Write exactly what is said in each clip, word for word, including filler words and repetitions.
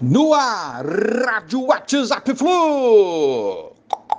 No ar, Rádio WhatsApp Flu.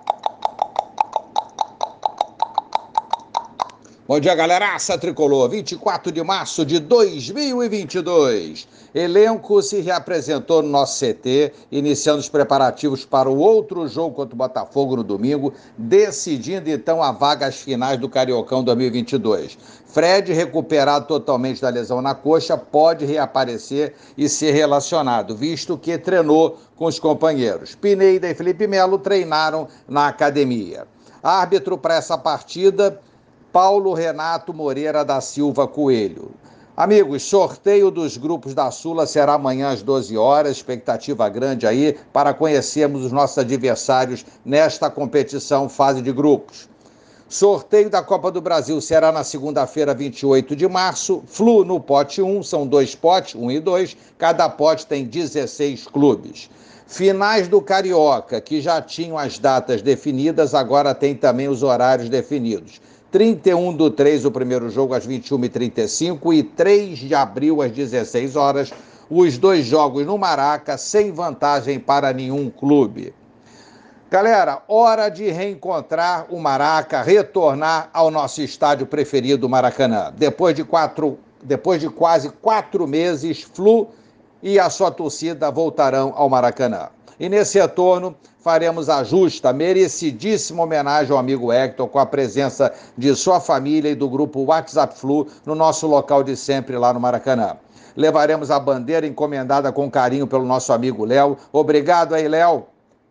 Bom dia, galeraça tricolor. vinte e quatro de março de dois mil e vinte e dois. Elenco se reapresentou no nosso C T, iniciando os preparativos para o outro jogo contra o Botafogo no domingo, decidindo então a vaga às finais do Cariocão dois mil e vinte e dois. Fred, recuperado totalmente da lesão na coxa, pode reaparecer e ser relacionado, visto que treinou com os companheiros. Pineda e Felipe Melo treinaram na academia. Árbitro para essa partida, Paulo Renato Moreira da Silva Coelho. Amigos, sorteio dos grupos da Sula será amanhã às doze horas, expectativa grande aí para conhecermos os nossos adversários nesta competição fase de grupos. Sorteio da Copa do Brasil será na segunda-feira, vinte e oito de março, Flu no pote um, são dois potes, um e dois, cada pote tem dezesseis clubes. Finais do Carioca, que já tinham as datas definidas, agora tem também os horários definidos. trinta e um do três, o primeiro jogo às vinte e uma e trinta e cinco e três de abril às dezesseis horas, os dois jogos no Maraca, sem vantagem para nenhum clube. Galera, hora de reencontrar o Maraca, retornar ao nosso estádio preferido, Maracanã. Depois de, quatro, depois de quase quatro meses, Flu e a sua torcida voltarão ao Maracanã. E nesse retorno, faremos a justa, merecidíssima homenagem ao amigo Hector, com a presença de sua família e do grupo WhatsApp Flu no nosso local de sempre lá no Maracanã. Levaremos a bandeira encomendada com carinho pelo nosso amigo Léo. Obrigado aí, Léo.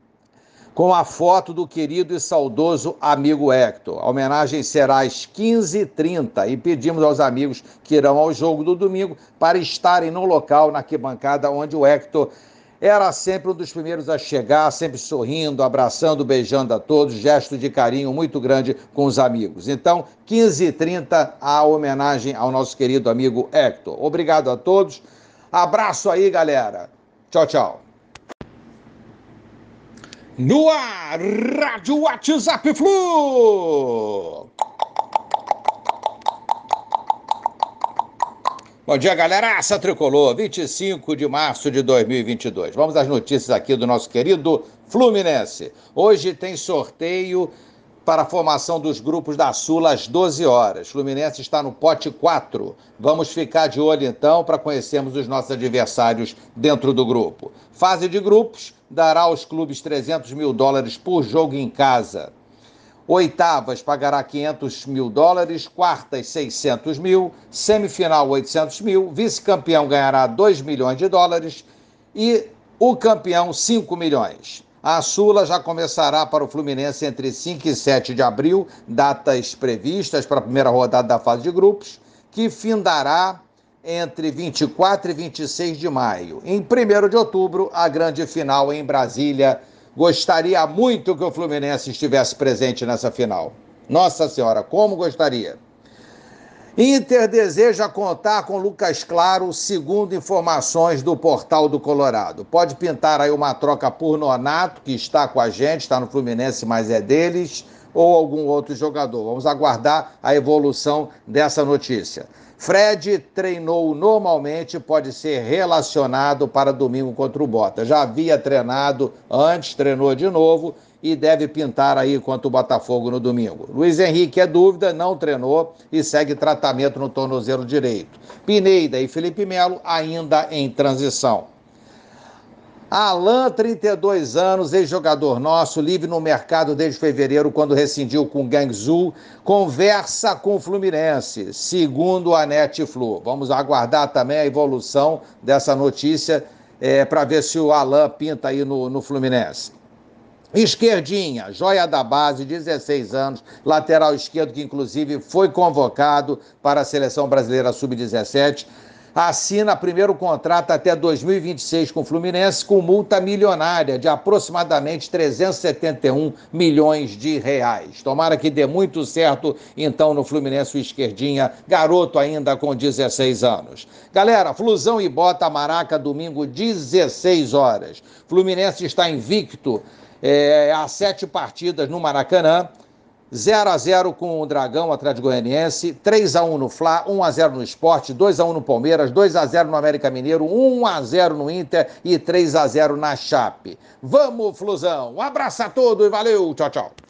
Com a foto do querido e saudoso amigo Hector. A homenagem será às quinze e trinta e pedimos aos amigos que irão ao jogo do domingo para estarem no local, na arquibancada, onde o Hector era sempre um dos primeiros a chegar, sempre sorrindo, abraçando, beijando a todos, gesto de carinho muito grande com os amigos. Então, quinze e trinta, a homenagem ao nosso querido amigo Hector. Obrigado a todos. Abraço aí, galera. Tchau, tchau. No ar, Rádio WhatsApp Flu. Bom dia, galeraça tricolor, vinte e cinco de março de dois mil e vinte e dois. Vamos às notícias aqui do nosso querido Fluminense. Hoje tem sorteio para a formação dos grupos da Sula às doze horas. Fluminense está no pote quatro. Vamos ficar de olho então para conhecermos os nossos adversários dentro do grupo. Fase de grupos dará aos clubes trezentos mil dólares por jogo em casa. Oitavas pagará quinhentos mil dólares, quartas seiscentos mil, semifinal oitocentos mil, vice-campeão ganhará dois milhões de dólares e o campeão cinco milhões. A Sula já começará para o Fluminense entre cinco e sete de abril, datas previstas para a primeira rodada da fase de grupos, que findará entre vinte e quatro e vinte e seis de maio. Em primeiro de outubro, a grande final em Brasília. Gostaria muito que o Fluminense estivesse presente nessa final. Nossa Senhora, como gostaria. Inter deseja contar com Lucas Claro, segundo informações do Portal do Colorado. Pode pintar aí uma troca por Nonato, que está com a gente, está no Fluminense, mas é deles, ou algum outro jogador. Vamos aguardar a evolução dessa notícia. Fred treinou normalmente, pode ser relacionado para domingo contra o Bota. Já havia treinado antes, treinou de novo e deve pintar aí contra o Botafogo no domingo. Luiz Henrique é dúvida, não treinou e segue tratamento no tornozelo direito. Pineda e Felipe Melo ainda em transição. Alan, trinta e dois anos, ex-jogador nosso, livre no mercado desde fevereiro, quando rescindiu com o Guangzhou, conversa com o Fluminense, segundo a Netflu. Vamos aguardar também a evolução dessa notícia é, para ver se o Alan pinta aí no, no Fluminense. Esquerdinha, joia da base, dezesseis anos, lateral esquerdo que inclusive foi convocado para a Seleção Brasileira sub dezessete, assina primeiro contrato até dois mil e vinte e seis com o Fluminense, com multa milionária de aproximadamente trezentos e setenta e um milhões de reais. Tomara que dê muito certo, então, no Fluminense, o Esquerdinha, garoto ainda com dezesseis anos. Galera, Flusão e Bota, Maraca, domingo, dezesseis horas. Fluminense está invicto é, há sete partidas no Maracanã. zero a zero com o Dragão, Atlético Goianiense, três a um no Fla, um a zero no Sport, dois a um no Palmeiras, dois a zero no América Mineiro, um a zero no Inter e três a zero na Chape. Vamos, Flusão! Um abraço a todos e valeu! Tchau, tchau!